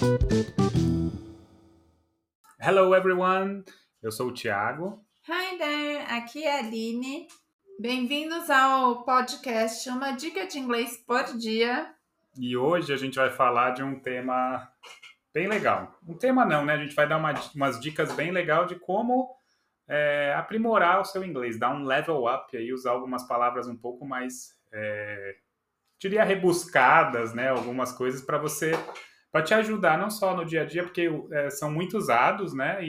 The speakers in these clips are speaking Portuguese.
Hello everyone, eu sou o Thiago. Hi there, aqui é a Aline. Bem-vindos ao podcast Uma Dica de Inglês por Dia. E hoje a gente vai falar de um tema bem legal. Um tema não, né? A gente vai dar umas dicas bem legais de como aprimorar o seu inglês, dar um level up aí, usar algumas palavras um pouco mais, diria, rebuscadas, né? Algumas coisas para te ajudar, não só no dia a dia, porque são muito usados, né?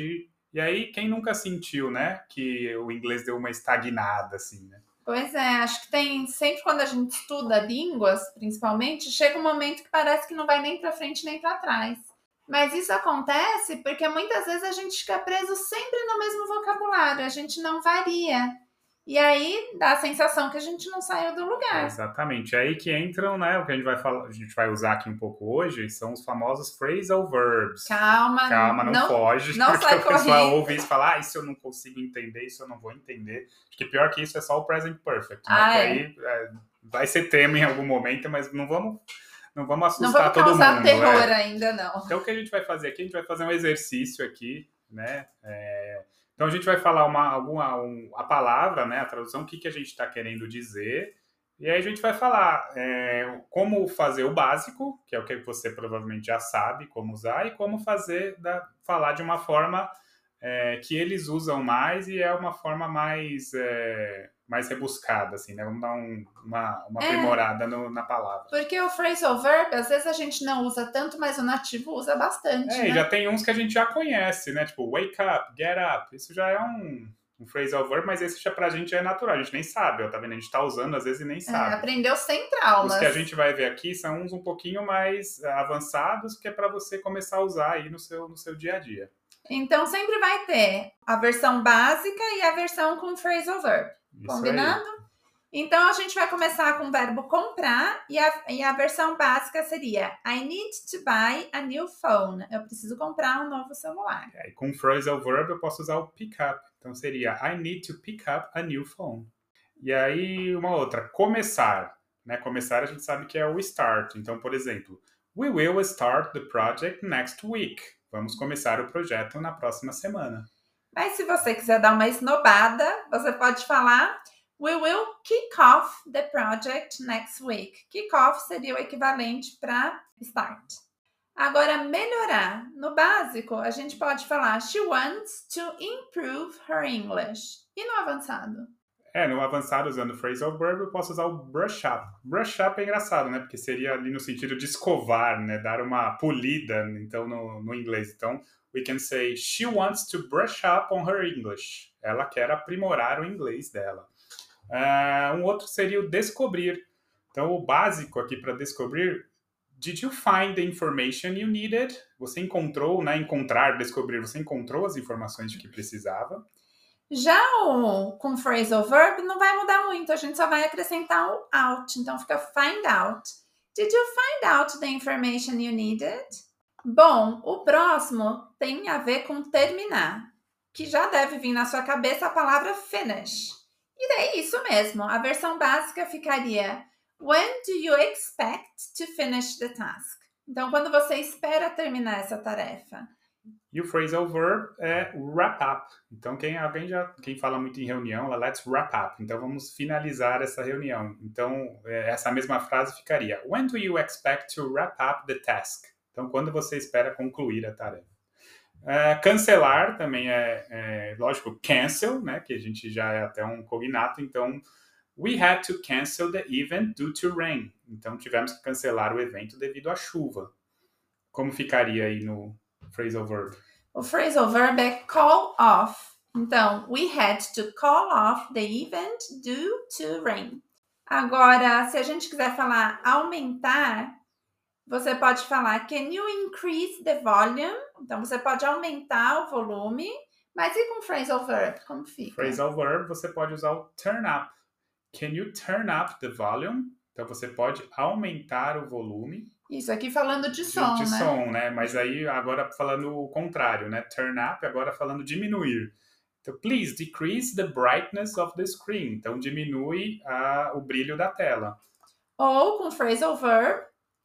E aí, quem nunca sentiu, né, que o inglês deu uma estagnada, assim, né? Pois é, acho que sempre quando a gente estuda línguas, principalmente, chega um momento que parece que não vai nem para frente nem para trás. Mas isso acontece porque muitas vezes a gente fica preso sempre no mesmo vocabulário, a gente não varia. E aí dá a sensação que a gente não saiu do lugar. Exatamente. É aí que entram, né? O que a gente vai falar, a gente vai usar aqui um pouco hoje são os famosos phrasal verbs. Calma, não foge, não porque sai o pessoal correndo. ouve isso e fala, isso eu não consigo entender, isso eu não vou entender. Acho que pior que isso é só o present perfect, né? Que aí vai ser tema em algum momento, mas não vamos assustar todo mundo. Não vamos causar terror ainda, não. Então o que a gente vai fazer aqui? A gente vai fazer um exercício aqui, né? Então a gente vai falar a palavra, né? A tradução, o que a gente está querendo dizer. E aí a gente vai falar como fazer o básico, que é o que você provavelmente já sabe como usar, e como falar de uma forma que eles usam mais e é uma forma mais rebuscada, assim, né? Vamos dar uma aprimorada na palavra. Porque o phrasal verb, às vezes a gente não usa tanto, mas o nativo usa bastante, né? E já tem uns que a gente já conhece, né? Tipo, wake up, get up. Isso já é um phrasal verb, mas esse já pra gente é natural. A gente nem sabe, ó, tá vendo? A gente tá usando às vezes e nem sabe. Aprendeu sem traumas. Os que a gente vai ver aqui são uns um pouquinho mais avançados, que é para você começar a usar aí no seu dia a dia. Então sempre vai ter a versão básica e a versão com phrasal verb. Isso combinado? Aí. Então a gente vai começar com o verbo comprar e a versão básica seria I need to buy a new phone. Eu preciso comprar um novo celular. E com phrasal verb eu posso usar o pick up. Então seria I need to pick up a new phone. E aí uma outra, começar. Né? Começar a gente sabe que é o start. Então, por exemplo, we will start the project next week. Vamos começar o projeto na próxima semana. Mas se você quiser dar uma esnobada, você pode falar we will kick off the project next week. Kick off seria o equivalente para start. Agora, melhorar. No básico, a gente pode falar she wants to improve her English. E no avançado? No avançado, usando o phrasal verb, eu posso usar o brush up. Brush up é engraçado, né? Porque seria ali no sentido de escovar, né? Dar uma polida, então, no inglês. Então, we can say, she wants to brush up on her English. Ela quer aprimorar o inglês dela. Um outro seria o descobrir. Então, o básico aqui para descobrir, did you find the information you needed? Você encontrou, né? Encontrar, descobrir, você encontrou as informações de que precisava. Já com phrasal verb não vai mudar muito, a gente só vai acrescentar o out, então fica find out. Did you find out the information you needed? Bom, o próximo tem a ver com terminar, que já deve vir na sua cabeça a palavra finish. E é isso mesmo, a versão básica ficaria when do you expect to finish the task? Então, quando você espera terminar essa tarefa? E o phrasal verb é wrap up. Então, quem fala muito em reunião, let's wrap up. Então, vamos finalizar essa reunião. Então, essa mesma frase ficaria when do you expect to wrap up the task? Então, quando você espera concluir a tarefa. Cancelar também lógico, cancel, né? Que a gente já é até um cognato. Então, we had to cancel the event due to rain. Então, tivemos que cancelar o evento devido à chuva. Como ficaria aí no phrasal verb? O phrasal verb é call off. Então, we had to call off the event due to rain. Agora, se a gente quiser falar aumentar, você pode falar can you increase the volume? Então, você pode aumentar o volume. Mas e com phrasal verb? Como fica? Phrasal verb, você pode usar o turn up. Can you turn up the volume? Então, você pode aumentar o volume. Isso aqui falando de som, né? De som, né? Mas aí, agora falando o contrário, né? Turn up, agora falando diminuir. Então, please decrease the brightness of the screen. Então, diminui o brilho da tela. Ou com phrasal verb,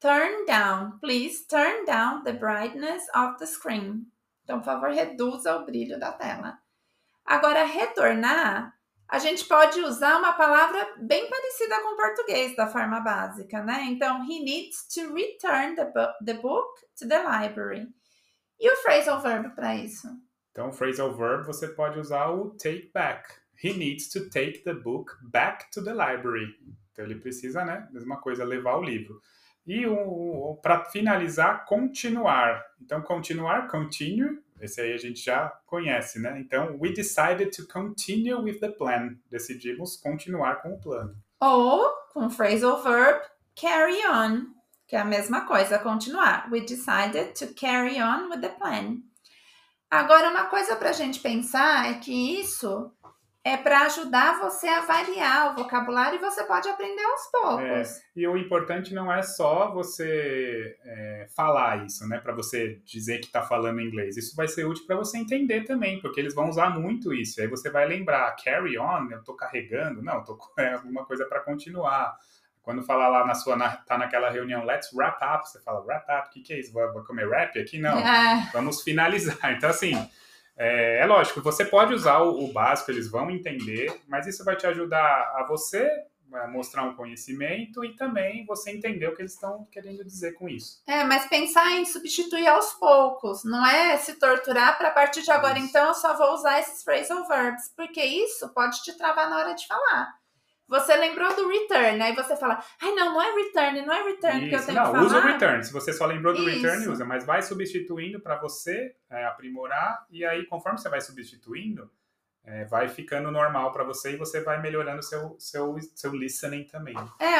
turn down. Please turn down the brightness of the screen. Então, por favor, reduza o brilho da tela. Agora, retornar, a gente pode usar uma palavra bem parecida com o português, da forma básica, né? Então, he needs to return the book to the library. E o phrasal verb para isso? Então, phrasal verb, você pode usar o take back. He needs to take the book back to the library. Então, ele precisa, né? Mesma coisa, levar o livro. E para finalizar, continuar. Então, continuar, continue. Esse aí a gente já conhece, né? Então, we decided to continue with the plan. Decidimos continuar com o plano. Ou, com phrasal verb, carry on, que é a mesma coisa, continuar. We decided to carry on with the plan. Agora, uma coisa para a gente pensar é que isso é para ajudar você a avaliar o vocabulário e você pode aprender aos poucos. E o importante não é só você falar isso, né? Para você dizer que está falando inglês. Isso vai ser útil para você entender também, porque eles vão usar muito isso. Aí você vai lembrar, carry on, eu estou carregando. Não, estou alguma coisa para continuar. Quando falar lá tá naquela reunião, let's wrap up, você fala, wrap up, o que é isso? Vou comer wrap aqui? Não, vamos finalizar. Então, assim, é lógico, você pode usar o básico, eles vão entender, mas isso vai te ajudar a você mostrar um conhecimento e também você entender o que eles estão querendo dizer com isso. Mas pensar em substituir aos poucos, não é se torturar para a partir de agora, então eu só vou usar esses phrasal verbs, porque isso pode te travar na hora de falar. Você lembrou do return, aí você fala, não é return que eu tenho que falar. Não, usa o return. Se você só lembrou do return, usa. Mas vai substituindo para você aprimorar. E aí, conforme você vai substituindo, vai ficando normal para você e você vai melhorando o seu listening também.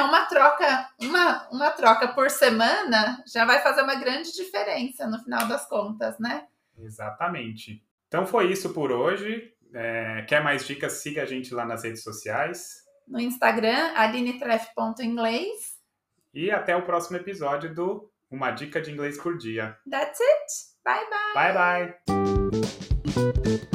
Uma troca por semana já vai fazer uma grande diferença no final das contas, né? Exatamente. Então, foi isso por hoje. Quer mais dicas? Siga a gente lá nas redes sociais. No Instagram, alinetreff.inglês. E até o próximo episódio do Uma Dica de Inglês por Dia. That's it. Bye, bye. Bye, bye.